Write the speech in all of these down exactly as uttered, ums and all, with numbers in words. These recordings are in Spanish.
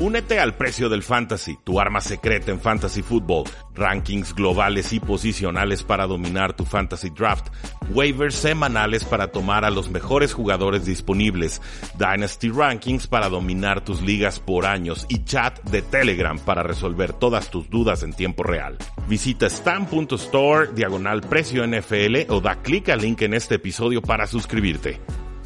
Únete al Precio del Fantasy, tu arma secreta en Fantasy Football, rankings globales y posicionales para dominar tu Fantasy Draft, waivers semanales para tomar a los mejores jugadores disponibles, Dynasty Rankings para dominar tus ligas por años y chat de Telegram para resolver todas tus dudas en tiempo real. Visita stam punto store diagonal precio N F L o da clic al link en este episodio para suscribirte.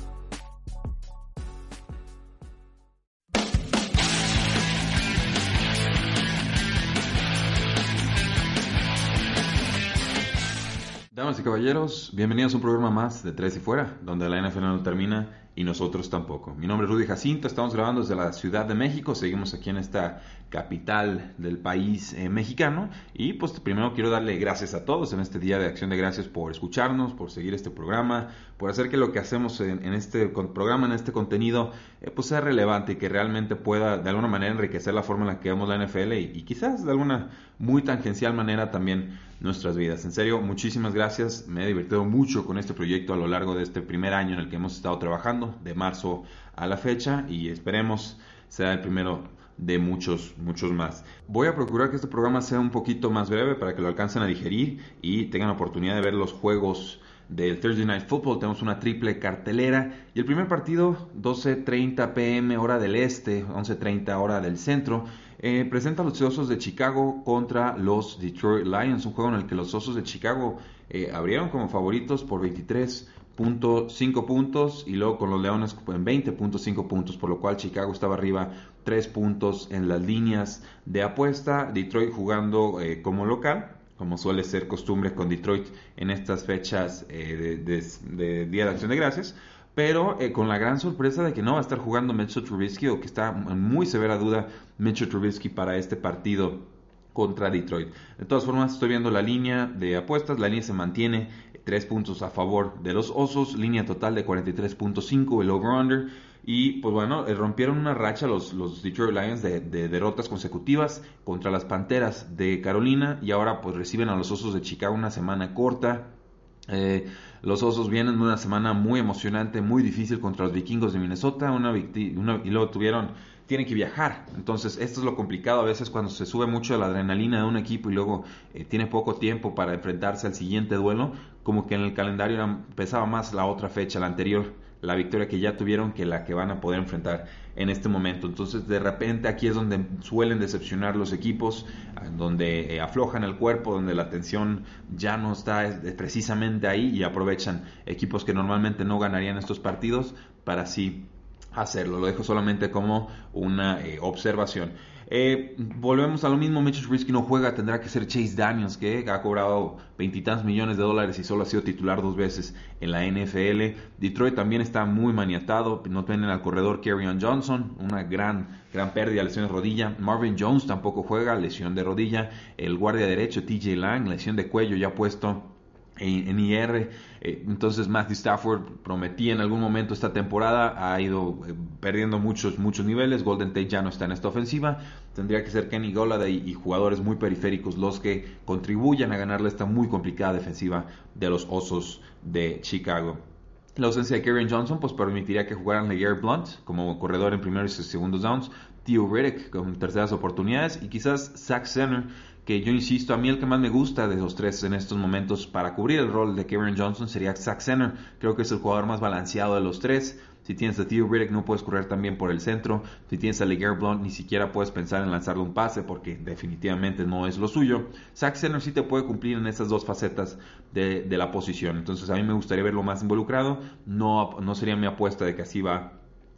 Damas y caballeros, bienvenidos a un programa más de Tres y Fuera, donde la N F L no termina y nosotros tampoco. Mi nombre es Rudy Jacinto, estamos grabando desde la Ciudad de México, seguimos aquí en esta capital del país eh, mexicano y pues primero quiero darle gracias a todos en este Día de Acción de Gracias por escucharnos, por seguir este programa, por hacer que lo que hacemos en, en este programa, en este contenido, eh, pues sea relevante y que realmente pueda de alguna manera enriquecer la forma en la que vemos la N F L y, y quizás de alguna muy tangencial manera también nuestras vidas. En serio, muchísimas gracias, me he divertido mucho con este proyecto a lo largo de este primer año en el que hemos estado trabajando, de marzo a la fecha, y esperemos sea el primero de muchos, muchos más. Voy a procurar que este programa sea un poquito más breve para que lo alcancen a digerir y tengan oportunidad de ver los juegos del Thursday Night Football. Tenemos una triple cartelera y el primer partido, doce treinta p m hora del este, once treinta hora del centro, eh, presenta a los Osos de Chicago contra los Detroit Lions, un juego en el que los Osos de Chicago eh, abrieron como favoritos por veintitrés punto cinco puntos y luego con los Leones en veinte punto cinco puntos, por lo cual Chicago estaba arriba tres puntos en las líneas de apuesta. Detroit jugando eh, como local, como suele ser costumbre con Detroit en estas fechas eh, de, de, de Día de Acción de Gracias, pero eh, con la gran sorpresa de que no va a estar jugando Mitchell Trubisky, o que está en muy severa duda Mitchell Trubisky para este partido contra Detroit. De todas formas, estoy viendo la línea de apuestas, la línea se mantiene tres puntos a favor de los Osos, línea total de cuarenta y tres punto cinco, el over-under. Y pues bueno, rompieron una racha los, los Detroit Lions de, de derrotas consecutivas contra las Panteras de Carolina, y ahora pues reciben a los Osos de Chicago una semana corta. Eh, los Osos vienen de una semana muy emocionante, muy difícil contra los Vikingos de Minnesota, una, una, y luego tuvieron, tienen que viajar. Entonces esto es lo complicado a veces cuando se sube mucho la adrenalina de un equipo y luego eh, tiene poco tiempo para enfrentarse al siguiente duelo, como que en el calendario era, pesaba más la otra fecha, la anterior, la victoria que ya tuvieron, que la que van a poder enfrentar en este momento. Entonces de repente aquí es donde suelen decepcionar los equipos, donde eh, aflojan el cuerpo, donde la tensión ya no está eh, precisamente ahí, y aprovechan equipos que normalmente no ganarían estos partidos para así hacerlo. Lo dejo solamente como una eh, observación. Eh, volvemos a lo mismo, Mitchell Trubisky no juega, tendrá que ser Chase Daniels, que ha cobrado veintitantos millones de dólares y solo ha sido titular dos veces en la N F L. Detroit también está muy maniatado, no tienen al corredor Kerryon Johnson, una gran, gran pérdida, lesión de rodilla. Marvin Jones tampoco juega, lesión de rodilla. El guardia derecho T J Lang, lesión de cuello ya puesto en, en I R. Eh, entonces Matthew Stafford prometía en algún momento esta temporada, ha ido eh, perdiendo muchos muchos niveles. Golden Tate ya no está en esta ofensiva, tendría que ser Kenny Golladay y jugadores muy periféricos los que contribuyan a ganarle esta muy complicada defensiva de los Osos de Chicago. La ausencia de Kerryon Johnson pues permitiría que jugaran LeGarrette Blount como corredor en primeros y segundos downs, Theo Riddick con terceras oportunidades y quizás Zach Zenner, que yo insisto, a mí el que más me gusta de los tres en estos momentos para cubrir el rol de Kerryon Johnson sería Zach Zenner. Creo que es el jugador más balanceado de los tres. Si tienes a Theo Riddick no puedes correr también por el centro. Si tienes a LeGarrette Blount ni siquiera puedes pensar en lanzarle un pase porque definitivamente no es lo suyo. Zach Zenner sí te puede cumplir en esas dos facetas de, de la posición. Entonces a mí me gustaría verlo más involucrado. No, no sería mi apuesta de que así va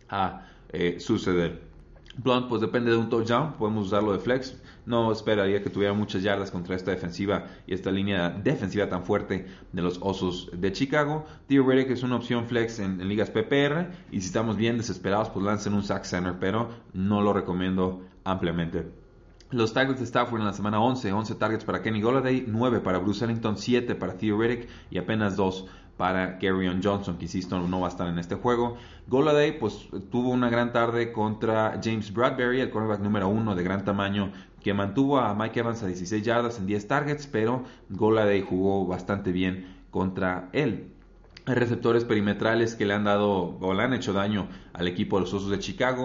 a eh, suceder. Blount pues depende de un touchdown, podemos usarlo de flex. No esperaría que tuviera muchas yardas contra esta defensiva y esta línea defensiva tan fuerte de los Osos de Chicago. Theo Riddick es una opción flex en, en ligas P P R, y si estamos bien desesperados pues lancen un Zach Zenner, pero no lo recomiendo ampliamente. Los targets de Stafford en la semana once, once targets para Kenny Golladay, nueve para Bruce Ellington, siete para Theo Riddick y apenas dos para Kerryon Johnson, que insisto no va a estar en este juego. Golladay pues tuvo una gran tarde contra James Bradbury, el cornerback número uno de gran tamaño, que mantuvo a Mike Evans a dieciséis yardas en diez targets, pero Golladay jugó bastante bien contra él. Hay receptores perimetrales que le han dado o le han hecho daño al equipo de los Osos de Chicago.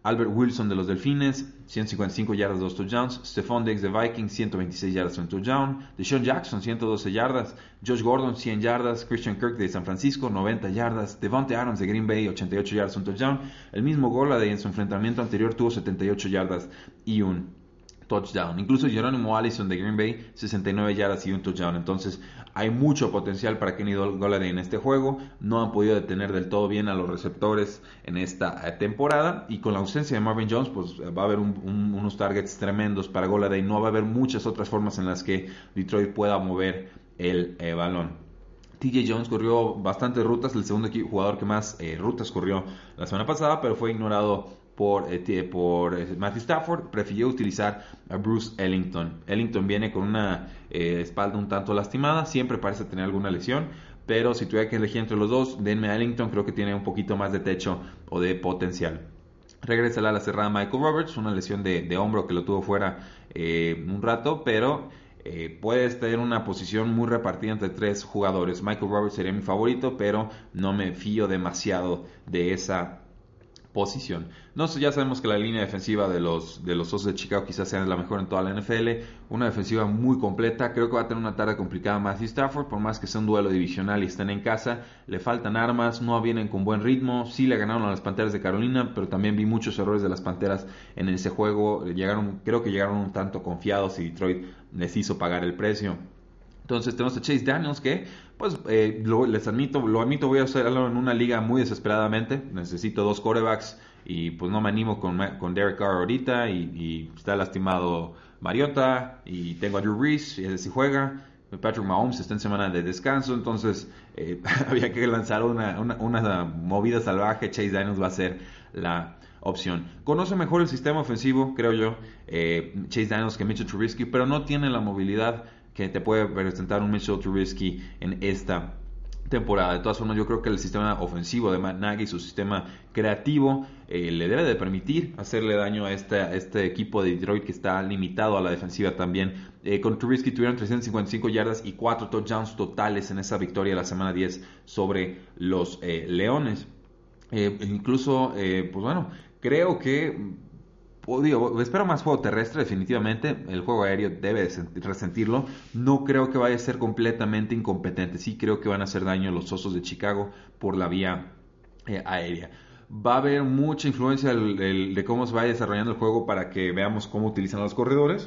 Albert Wilson de los Delfines, ciento cincuenta y cinco yardas, dos touchdowns. Stephon Diggs de Vikings, ciento veintiséis yardas, un touchdown. Deshaun Jackson, ciento doce yardas. Josh Gordon, cien yardas. Christian Kirk de San Francisco, noventa yardas. Devontae Adams de Green Bay, ochenta y ocho yardas, un touchdown. El mismo Golladay en su enfrentamiento anterior tuvo setenta y ocho yardas y un touchdown. Incluso Jerónimo Allison de Green Bay, sesenta y nueve yardas y un touchdown. Entonces hay mucho potencial para Kenny Golladay en este juego. No han podido detener del todo bien a los receptores en esta temporada, y con la ausencia de Marvin Jones pues va a haber un, un, unos targets tremendos para Golladay. No va a haber muchas otras formas en las que Detroit pueda mover el eh, balón. T J Jones corrió bastantes rutas, el segundo jugador que más eh, rutas corrió la semana pasada, pero fue ignorado por, eh, por eh, Matthew Stafford. Prefirió utilizar a Bruce Ellington. Ellington viene con una eh, espalda un tanto lastimada, siempre parece tener alguna lesión, pero si tuviera que elegir entre los dos, denme a Ellington. Creo que tiene un poquito más de techo o de potencial. Regresa a la cerrada Michael Roberts, una lesión de, de hombro que lo tuvo fuera eh, un rato, pero eh, puede estar en una posición muy repartida entre tres jugadores. Michael Roberts sería mi favorito, pero no me fío demasiado de esa posición. No, ya sabemos que la línea defensiva de los, de los Osos de Chicago quizás sea la mejor en toda la N F L, una defensiva muy completa. Creo que va a tener una tarde complicada Matthew Stafford, por más que sea un duelo divisional y estén en casa. Le faltan armas, no vienen con buen ritmo. Sí le ganaron a las Panteras de Carolina, pero también vi muchos errores de las Panteras en ese juego. Llegaron, creo que llegaron un tanto confiados y Detroit les hizo pagar el precio. Entonces tenemos a Chase Daniels que, pues, eh, lo, les admito, lo admito, voy a hacerlo en una liga muy desesperadamente. Necesito dos quarterbacks y pues no me animo con, con Derek Carr ahorita, y, y está lastimado Mariota, y tengo a Drew Brees, y ese sí juega. Patrick Mahomes está en semana de descanso, entonces eh, había que lanzar una, una, una movida salvaje. Chase Daniels va a ser la opción. Conoce mejor el sistema ofensivo, creo yo, eh, Chase Daniels, que Mitchell Trubisky, pero no tiene la movilidad que te puede presentar un Mitchell Trubisky en esta temporada. De todas formas, yo creo que el sistema ofensivo de Matt Nagy, su sistema creativo, eh, le debe de permitir hacerle daño a este, a este equipo de Detroit, que está limitado a la defensiva también. Eh, con Trubisky tuvieron trescientas cincuenta y cinco yardas y cuatro touchdowns totales en esa victoria de la semana diez sobre los eh, Leones. Eh, incluso, eh, pues bueno, creo que Digo, espero más juego terrestre, definitivamente. El juego aéreo debe resentirlo. No creo que vaya a ser completamente incompetente. Sí creo que van a hacer daño a los Osos de Chicago por la vía eh, aérea. Va a haber mucha influencia el, el, de cómo se vaya desarrollando el juego para que veamos cómo utilizan los corredores.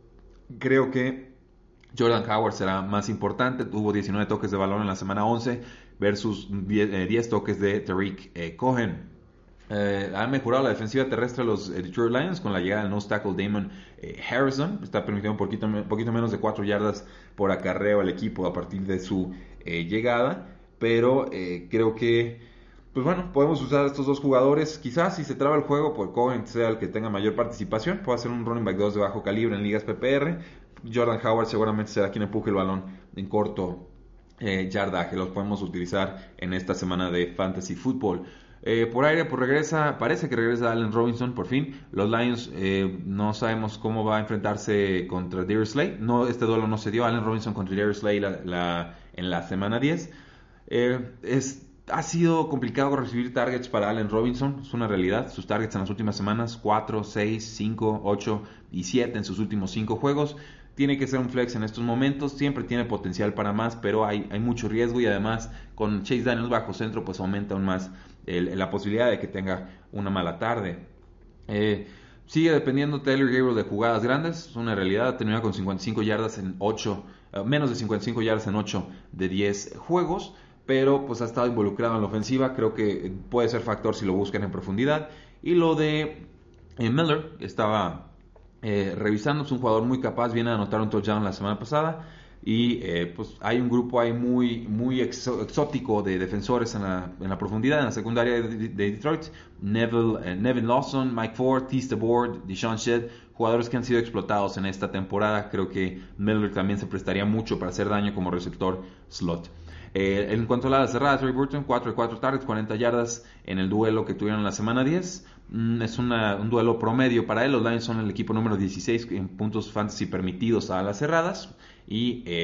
Creo que Jordan Howard será más importante. Tuvo diecinueve toques de balón en la semana once versus diez, eh, diez toques de Tariq eh, Cohen. Eh, han mejorado la defensiva terrestre de los eh, Detroit Lions con la llegada del nose tackle Damon eh, Harrison. Está permitiendo un poquito, un poquito menos de cuatro yardas por acarreo al equipo a partir de su eh, llegada. Pero eh, creo que, pues bueno, podemos usar a estos dos jugadores. Quizás si se traba el juego, pues Cohen sea el que tenga mayor participación. Puede ser un running back dos de bajo calibre en ligas P P R. Jordan Howard seguramente será quien empuje el balón en corto eh, yardaje. Los podemos utilizar en esta semana de Fantasy Football. Eh, por aire, pues regresa, parece que regresa Allen Robinson por fin. Los Lions eh, no sabemos cómo va a enfrentarse contra Darius Slay. No, este duelo no se dio. Allen Robinson contra Darius Slay la, la, en la semana diez. Eh, es, ha sido complicado recibir targets para Allen Robinson, es una realidad. Sus targets en las últimas semanas, cuatro, seis, cinco, ocho y siete en sus últimos cinco juegos. Tiene que ser un flex en estos momentos, siempre tiene potencial para más, pero hay, hay mucho riesgo, y además con Chase Daniels bajo centro pues aumenta aún más el, la posibilidad de que tenga una mala tarde. Eh, sigue dependiendo Taylor Gabriel de jugadas grandes, es una realidad. Terminó con cincuenta y cinco yardas en ocho, uh, menos de cincuenta y cinco yardas en ocho de diez juegos, pero pues ha estado involucrado en la ofensiva. Creo que puede ser factor si lo buscan en profundidad. Y lo de eh, Miller, estaba Eh, revisando, es un jugador muy capaz, viene a anotar un touchdown la semana pasada, y eh, pues hay un grupo ahí muy, muy exo- exótico de defensores en la, en la profundidad, en la secundaria de, de, de Detroit. Neville, eh, Nevin Lawson, Mike Ford, Teez Tabor, Deshaun Shedd, jugadores que han sido explotados en esta temporada. Creo que Miller también se prestaría mucho para hacer daño como receptor slot. Eh, en cuanto a la cerrada, Trey Burton, cuatro de cuatro targets, cuarenta yardas en el duelo que tuvieron en la semana diez. Mm, es una, un duelo promedio para él. Los Lions son el equipo número dieciséis en puntos fantasy permitidos a las cerradas. Y eh,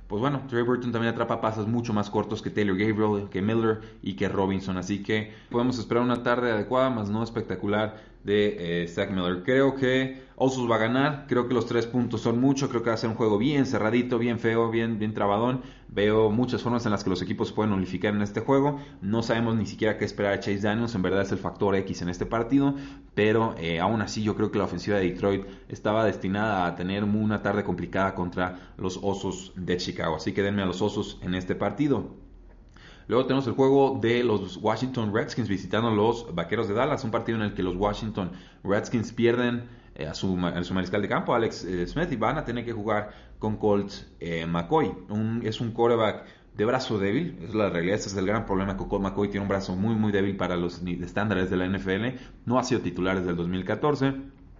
pues bueno, Trey Burton también atrapa pases mucho más cortos que Taylor Gabriel, que Miller y que Robinson. Así que podemos esperar una tarde adecuada, más no espectacular, de eh, Zach Miller. Creo que Osos va a ganar, creo que los tres puntos son mucho, creo que va a ser un juego bien cerradito, bien feo, bien, bien trabadón. Veo muchas formas en las que los equipos pueden unificar en este juego. No sabemos ni siquiera qué esperar a Chase Daniels, en verdad es el factor X en este partido, pero eh, aún así yo creo que la ofensiva de Detroit estaba destinada a tener una tarde complicada contra los Osos de Chicago. Así que denme a los Osos en este partido. Luego tenemos el juego de los Washington Redskins visitando a los Vaqueros de Dallas, un partido en el que los Washington Redskins pierden eh, a, su, a su mariscal de campo, Alex eh, Smith, y van a tener que jugar con Colt eh, McCoy. Un, es un quarterback de brazo débil, es la realidad, ese es el gran problema con Colt McCoy, tiene un brazo muy muy débil para los estándares de la N F L, no ha sido titular desde el dos mil catorce.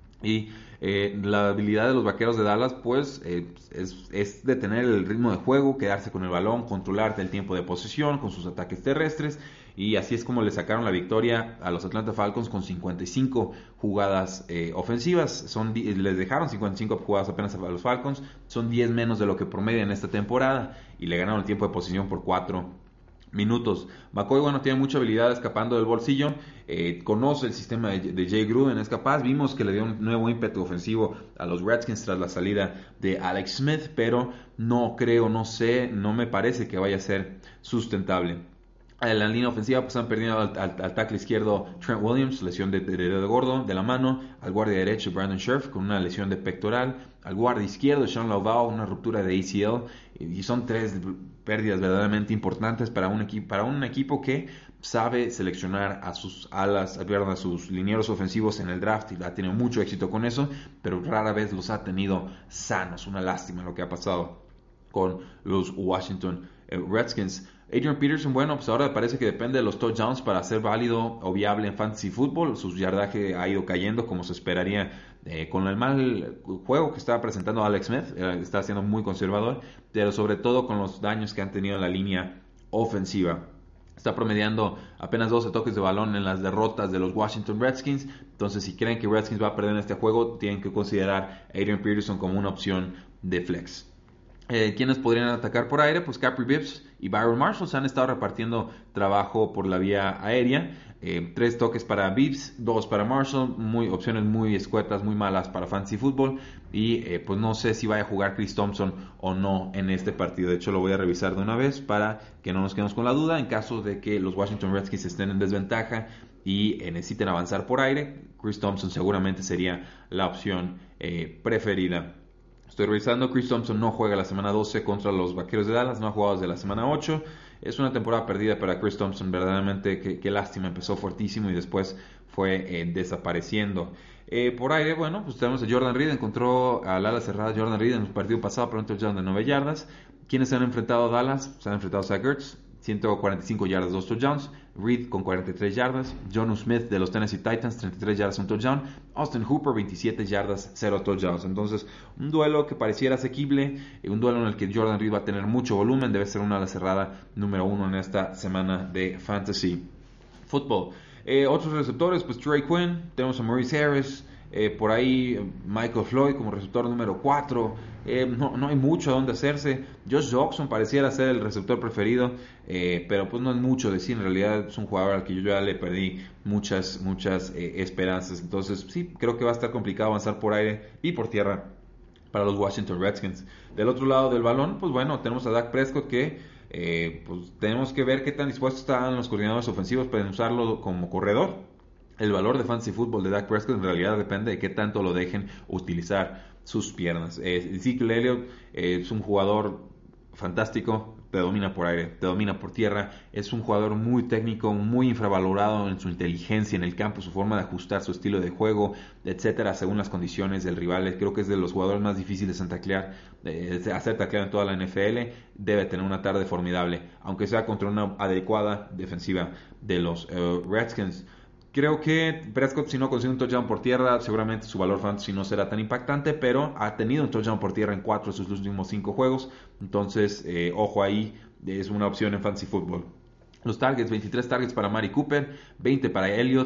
Y eh, la habilidad de los Vaqueros de Dallas pues eh, es, es detener el ritmo de juego, quedarse con el balón, controlar el tiempo de posesión con sus ataques terrestres, y así es como le sacaron la victoria a los Atlanta Falcons con cincuenta y cinco jugadas eh, ofensivas. Son, les dejaron cincuenta y cinco jugadas apenas a los Falcons, son diez menos de lo que promedia en esta temporada, y le ganaron el tiempo de posesión por cuatro minutos. McCoy, bueno, tiene mucha habilidad escapando del bolsillo, eh, conoce el sistema de, de Jay Gruden, es capaz, vimos que le dio un nuevo ímpetu ofensivo a los Redskins tras la salida de Alex Smith, pero no creo, no sé, no me parece que vaya a ser sustentable. En la línea ofensiva pues han perdido al, al, al tackle izquierdo Trent Williams, lesión de, de, de gordo de la mano, al guardia derecho Brandon Scherf con una lesión de pectoral, al guardia izquierdo Sean Lauvao, una ruptura de A C L, y son tres pérdidas verdaderamente importantes para un equipo, para un equipo que sabe seleccionar a sus alas, a sus linieros ofensivos en el draft, y ha tenido mucho éxito con eso, pero rara vez los ha tenido sanos. Una lástima lo que ha pasado con los Washington eh, Redskins. Adrian Peterson, bueno, pues ahora parece que depende de los touchdowns para ser válido o viable en fantasy football. Su yardaje ha ido cayendo como se esperaría eh, con el mal juego que estaba presentando Alex Smith. Eh, está siendo muy conservador, pero sobre todo con los daños que han tenido en la línea ofensiva. Está promediando apenas doce toques de balón en las derrotas de los Washington Redskins. Entonces, si creen que Redskins va a perder en este juego, tienen que considerar a Adrian Peterson como una opción de flex. Eh, ¿Quiénes podrían atacar por aire? Pues Capri Bibbs y Byron Marshall se han estado repartiendo trabajo por la vía aérea. Eh, tres toques para Bibbs, dos para Marshall, muy, opciones muy escuetas, muy malas para fantasy football. Y eh, pues no sé si vaya a jugar Chris Thompson o no en este partido. De hecho, lo voy a revisar de una vez para que no nos quedemos con la duda. En caso de que los Washington Redskins estén en desventaja y eh, necesiten avanzar por aire, Chris Thompson seguramente sería la opción eh, preferida. Estoy revisando, Chris Thompson no juega la semana doce contra los Vaqueros de Dallas, no ha jugado desde la semana ocho. Es una temporada perdida para Chris Thompson, verdaderamente qué, qué lástima, empezó fuertísimo y después fue eh, desapareciendo. Eh, por aire, bueno, pues tenemos a Jordan Reed, encontró al ala cerrada Jordan Reed en el partido pasado por un touchdown de nueve yardas. ¿Quiénes se han enfrentado a Dallas? Se han enfrentado a Zach Ertz, ciento cuarenta y cinco yardas, dos touchdowns. Reed con cuarenta y tres yardas. Jonu Smith de los Tennessee Titans, treinta y tres yardas, un touchdown. Austin Hooper, veintisiete yardas, cero touchdowns. Entonces, un duelo que pareciera asequible, un duelo en el que Jordan Reed va a tener mucho volumen, debe ser una ala cerrada número uno en esta semana de Fantasy Football. Eh, otros receptores, pues Trey Quinn, tenemos a Maurice Harris, eh, por ahí Michael Floyd como receptor número cuatro. Eh, no, no hay mucho a donde hacerse. Josh Jackson pareciera ser el receptor preferido, eh, pero pues no es mucho decir. En realidad es un jugador al que yo ya le perdí muchas, muchas eh, esperanzas. Entonces sí, creo que va a estar complicado avanzar por aire y por tierra para los Washington Redskins. Del otro lado del balón, pues bueno, tenemos a Dak Prescott que eh, pues tenemos que ver qué tan dispuestos están los coordinadores ofensivos para usarlo como corredor. El valor de fantasy football de Dak Prescott en realidad depende de qué tanto lo dejen utilizar sus piernas. Eh, Ezekiel Elliott eh, es un jugador fantástico, te domina por aire, te domina por tierra, es un jugador muy técnico, muy infravalorado en su inteligencia en el campo, su forma de ajustar su estilo de juego, etcétera, según las condiciones del rival. Creo que es de los jugadores más difíciles en taclear, eh, hacer taclear en toda la N F L. Debe tener una tarde formidable, aunque sea contra una adecuada defensiva de los uh, Redskins. Creo que Prescott, si no consigue un touchdown por tierra, seguramente su valor fantasy no será tan impactante, pero ha tenido un touchdown por tierra en cuatro de sus últimos cinco juegos. Entonces, eh, ojo ahí, es una opción en fantasy football. Los targets, veintitrés targets para Mari Cooper, veinte para Elliott,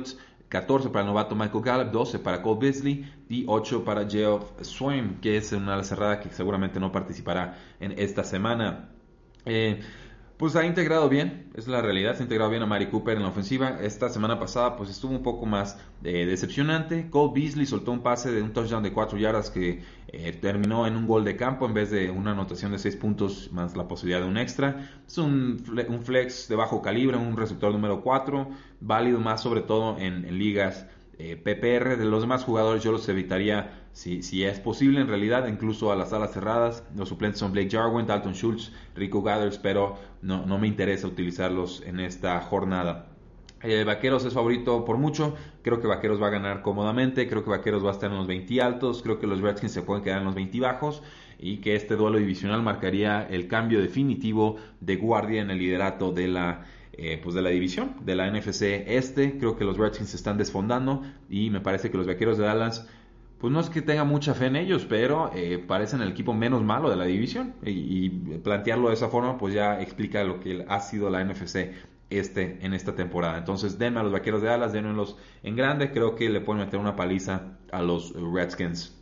catorce para el novato Michael Gallup, doce para Cole Beasley y ocho para Geoff Swain, que es una ala cerrada que seguramente no participará en esta semana. Eh, Pues ha integrado bien, es la realidad, se ha integrado bien a Mari Cooper en la ofensiva. Esta semana pasada pues estuvo un poco más eh, decepcionante. Cole Beasley soltó un pase de un touchdown de cuatro yardas que eh, terminó en un gol de campo en vez de una anotación de seis puntos más la posibilidad de un extra. Es un, un flex de bajo calibre, un receptor número cuatro, válido más sobre todo en, en ligas Eh, P P R. De los demás jugadores yo los evitaría si, si es posible en realidad, incluso a las alas cerradas. Los suplentes son Blake Jarwin, Dalton Schultz, Rico Gathers, pero no, no me interesa utilizarlos en esta jornada. Eh, Vaqueros es favorito por mucho, creo que Vaqueros va a ganar cómodamente, creo que Vaqueros va a estar en los veinte altos, creo que los Redskins se pueden quedar en los veinte bajos y que este duelo divisional marcaría el cambio definitivo de guardia en el liderato de la Eh, pues de la división de la N F C Este. Creo que los Redskins se están desfondando y me parece que los Vaqueros de Dallas, pues no es que tenga mucha fe en ellos, pero eh, parecen el equipo menos malo de la división y, y plantearlo de esa forma pues ya explica lo que ha sido la N F C Este en esta temporada. Entonces denme a los Vaqueros de Dallas, denmelos en grande, creo que le pueden meter una paliza a los Redskins.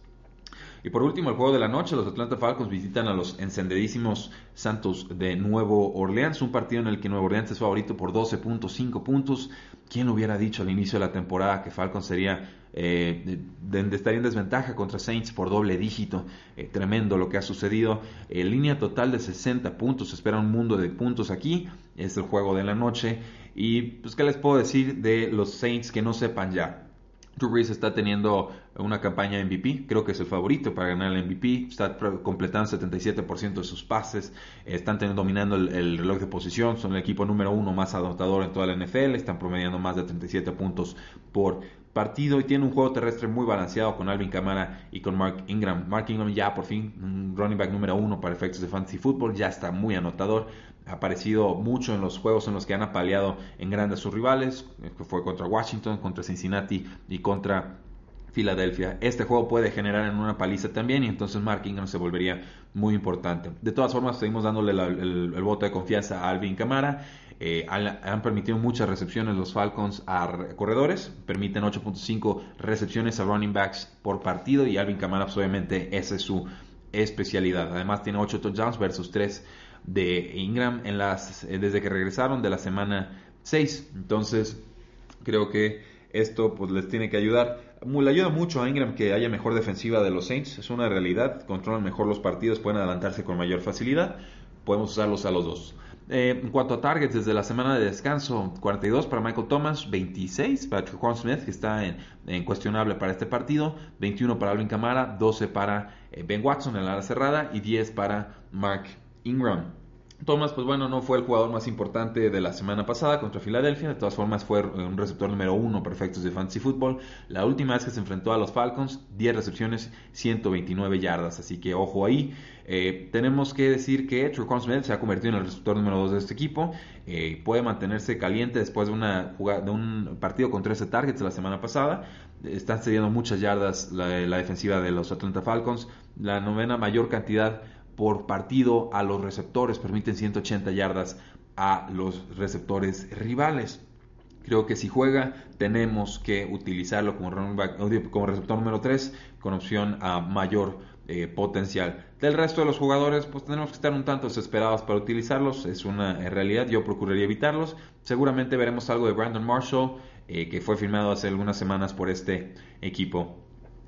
Y por último, el juego de la noche, los Atlanta Falcons visitan a los encendidísimos Santos de Nuevo Orleans, un partido en el que Nuevo Orleans es favorito por doce punto cinco puntos. ¿Quién lo hubiera dicho al inicio de la temporada que Falcons sería eh, de, de, estaría en desventaja contra Saints por doble dígito? Eh, tremendo lo que ha sucedido. Eh, línea total de sesenta puntos, se espera un mundo de puntos aquí, es el juego de la noche. Y pues qué les puedo decir de los Saints que no sepan ya. Drew Brees está teniendo una campaña M V P, creo que es el favorito para ganar el M V P, está completando setenta y siete por ciento de sus pases, están teniendo, dominando el, el reloj de posición, son el equipo número uno más anotador en toda la N F L, están promediando más de treinta y siete puntos por partido y tiene un juego terrestre muy balanceado con Alvin Kamara y con Mark Ingram. Mark Ingram ya por fin un running back número uno para efectos de fantasy football, ya está muy anotador, ha aparecido mucho en los juegos en los que han apaleado en grande a sus rivales, que fue contra Washington, contra Cincinnati y contra Filadelfia. Este juego puede generar en una paliza también y entonces Mark Ingram se volvería muy importante. De todas formas seguimos dándole la, el, el voto de confianza a Alvin Kamara. Eh, han, han permitido muchas recepciones los Falcons a corredores, permiten ocho punto cinco recepciones a running backs por partido y Alvin Kamara pues, obviamente esa es su especialidad. Además tiene ocho touchdowns versus tres de Ingram en las, eh, desde que regresaron de la semana seis. Entonces creo que esto pues les tiene que ayudar. Le ayuda mucho a Ingram que haya mejor defensiva de los Saints, es una realidad, controlan mejor los partidos, pueden adelantarse con mayor facilidad, podemos usarlos a los dos. Eh, en cuanto a targets, desde la semana de descanso, cuarenta y dos para Michael Thomas, veintiséis para Tre'Quan Smith, que está en, en cuestionable para este partido, veintiuno para Alvin Kamara, doce para eh, Ben Watson en la ala cerrada y diez para Mark Ingram. Thomas, pues bueno, no fue el jugador más importante de la semana pasada contra Filadelfia. De todas formas, fue un receptor número uno para efectos de fantasy football. La última vez que se enfrentó a los Falcons, diez recepciones, ciento veintinueve yardas. Así que ojo ahí. Eh, tenemos que decir que Tre'Quan Smith se ha convertido en el receptor número dos de este equipo. Eh, puede mantenerse caliente después de, una jugada, de un partido con trece targets la semana pasada. Están cediendo muchas yardas la, la defensiva de los Atlanta Falcons. La novena mayor cantidad por partido a los receptores, permiten ciento ochenta yardas a los receptores rivales. Creo que si juega tenemos que utilizarlo como, running back, como receptor número tres con opción a mayor eh, potencial. Del resto de los jugadores pues tenemos que estar un tanto desesperados para utilizarlos, es una eh, realidad, yo procuraría evitarlos. Seguramente veremos algo de Brandon Marshall, eh, que fue firmado hace algunas semanas por este equipo.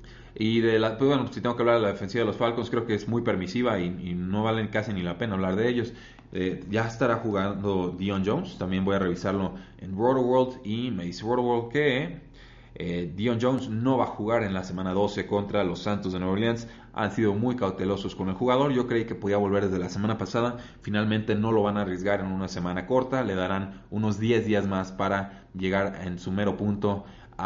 Y de la, pues bueno, si tengo que hablar de la defensiva de los Falcons, creo que es muy permisiva y, y no valen casi ni la pena hablar de ellos. Eh, ya estará jugando Dion Jones, también voy a revisarlo en RotoWorld y me dice RotoWorld que eh, Dion Jones no va a jugar en la semana doce contra los Santos de Nueva Orleans. Han sido muy cautelosos con el jugador, yo creí que podía volver desde la semana pasada, finalmente no lo van a arriesgar en una semana corta, le darán unos diez días más para llegar en su mero punto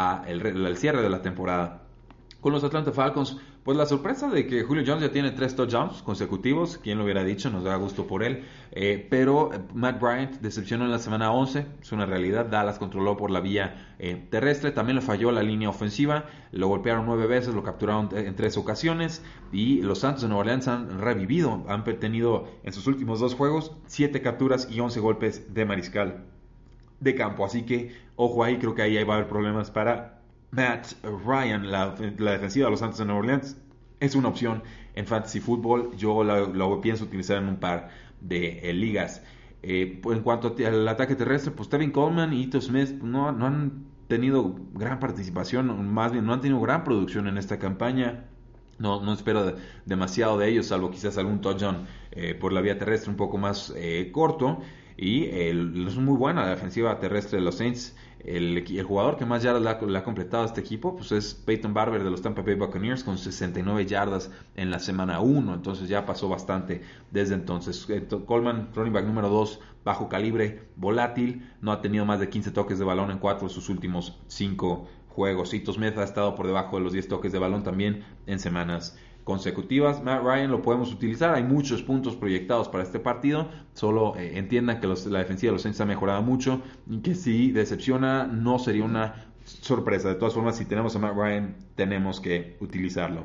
al cierre de la temporada. Con los Atlanta Falcons, pues la sorpresa de que Julio Jones ya tiene tres touchdowns consecutivos, quien lo hubiera dicho, nos da gusto por él, eh, pero Matt Bryant decepcionó en la semana once, es una realidad. Dallas controló por la vía eh, terrestre, también le falló la línea ofensiva, lo golpearon nueve veces, lo capturaron en tres ocasiones y los Santos de Nueva Orleans han revivido, han tenido en sus últimos dos juegos siete capturas y once golpes de mariscal. de campo. Así que, ojo ahí, creo que ahí va a haber problemas para Matt Ryan. La, la defensiva de los Santos de Nueva Orleans es una opción en Fantasy Football. Yo lo, lo pienso utilizar en un par de eh, ligas. Eh, en cuanto al ataque terrestre, pues Tevin Coleman y Ito Smith no, no han tenido gran participación, más bien no han tenido gran producción en esta campaña. No, no espero de, demasiado de ellos, salvo quizás algún touchdown eh, por la vía terrestre un poco más eh, corto. Y el, es muy buena la defensiva terrestre de los Saints. El, el jugador que más yardas le ha, le ha completado a este equipo pues es Peyton Barber de los Tampa Bay Buccaneers con sesenta y nueve yardas en la semana uno. Entonces ya pasó bastante desde entonces. Coleman, running back número dos, bajo calibre, volátil. No ha tenido más de quince toques de balón en cuatro de sus últimos cinco juegos. Ito Smith ha estado por debajo de los diez toques de balón también en semanas consecutivas. Matt Ryan lo podemos utilizar, hay muchos puntos proyectados para este partido, solo eh, entiendan que los, la defensiva de los Saints ha mejorado mucho y que si decepciona no sería una sorpresa. De todas formas, si tenemos a Matt Ryan tenemos que utilizarlo.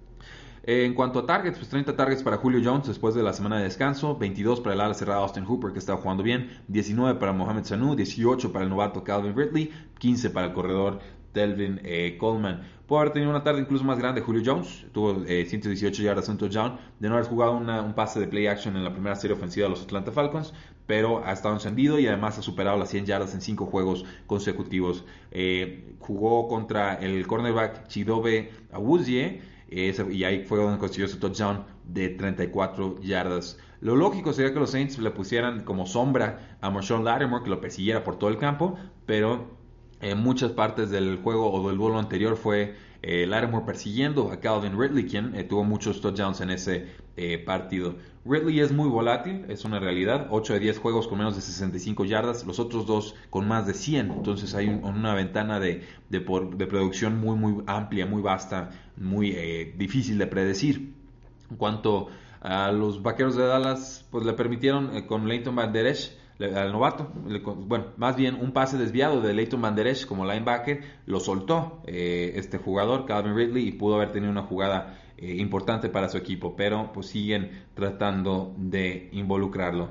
Eh, en cuanto a targets, pues treinta targets para Julio Jones después de la semana de descanso, veintidós para el ala cerrada Austin Hooper que estaba jugando bien, diecinueve para Mohamed Sanu, dieciocho para el novato Calvin Ridley, quince para el corredor Tevin eh, Coleman. Puede haber tenido una tarde incluso más grande Julio Jones, tuvo eh, ciento dieciocho yardas, un touchdown, de no haber jugado una, un pase de play action en la primera serie ofensiva de los Atlanta Falcons, pero ha estado encendido y además ha superado las cien yardas en cinco juegos consecutivos. Eh, jugó contra el cornerback Chidobe Awuzie, eh, y ahí fue donde consiguió su touchdown de treinta y cuatro yardas. Lo lógico sería que los Saints le pusieran como sombra a Marshawn Lattimore, que lo persiguiera por todo el campo, pero en muchas partes del juego o del vuelo anterior fue eh, Lattimore persiguiendo a Calvin Ridley, quien eh, tuvo muchos touchdowns en ese eh, partido. Ridley es muy volátil, es una realidad, ocho de diez juegos con menos de sesenta y cinco yardas, los otros dos con más de cien, entonces hay un, una ventana de, de, por, de producción muy muy amplia, muy vasta, muy eh, difícil de predecir. En cuanto a los Vaqueros de Dallas, pues le permitieron eh, con Leighton Van Der Esch, al novato, bueno, más bien un pase desviado de Leighton Van Der Esch como linebacker, lo soltó eh, este jugador, Calvin Ridley, y pudo haber tenido una jugada eh, importante para su equipo, pero pues siguen tratando de involucrarlo.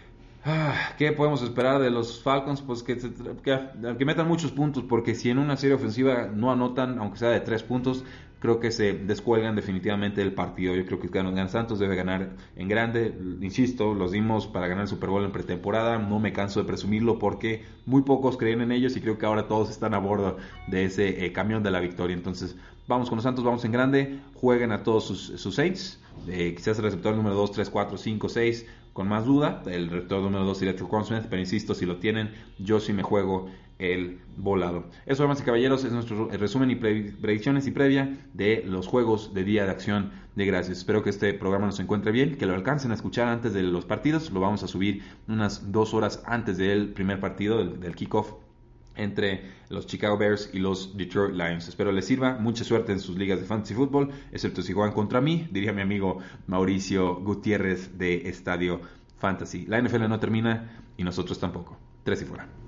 Ah, ¿qué podemos esperar de los Falcons? Pues que, que, que metan muchos puntos, porque si en una serie ofensiva no anotan, aunque sea de tres puntos, creo que se descuelgan definitivamente del partido. Yo creo que Gan Santos debe ganar en grande. Insisto, los dimos para ganar el Super Bowl en pretemporada. No me canso de presumirlo porque muy pocos creen en ellos y creo que ahora todos están a bordo de ese eh, camión de la victoria. Entonces, vamos con los Santos, vamos en grande. Jueguen a todos sus, sus Saints. Eh, quizás el receptor número dos, tres, cuatro, cinco, seis con más duda. El receptor número dos sería Tre'Quan Smith, pero insisto, si lo tienen, yo sí me juego el volado. Eso, damas y caballeros, es nuestro resumen y pre predicciones y previa de los juegos de Día de Acción de Gracias. Espero que este programa nos encuentre bien, que lo alcancen a escuchar antes de los partidos. Lo vamos a subir unas dos horas antes del primer partido, del, del kickoff entre los Chicago Bears y los Detroit Lions. Espero les sirva. Mucha suerte en sus ligas de fantasy fútbol, excepto si juegan contra mí, diría mi amigo Mauricio Gutiérrez de Estadio Fantasy. La N F L no termina y nosotros tampoco. Tres y fuera.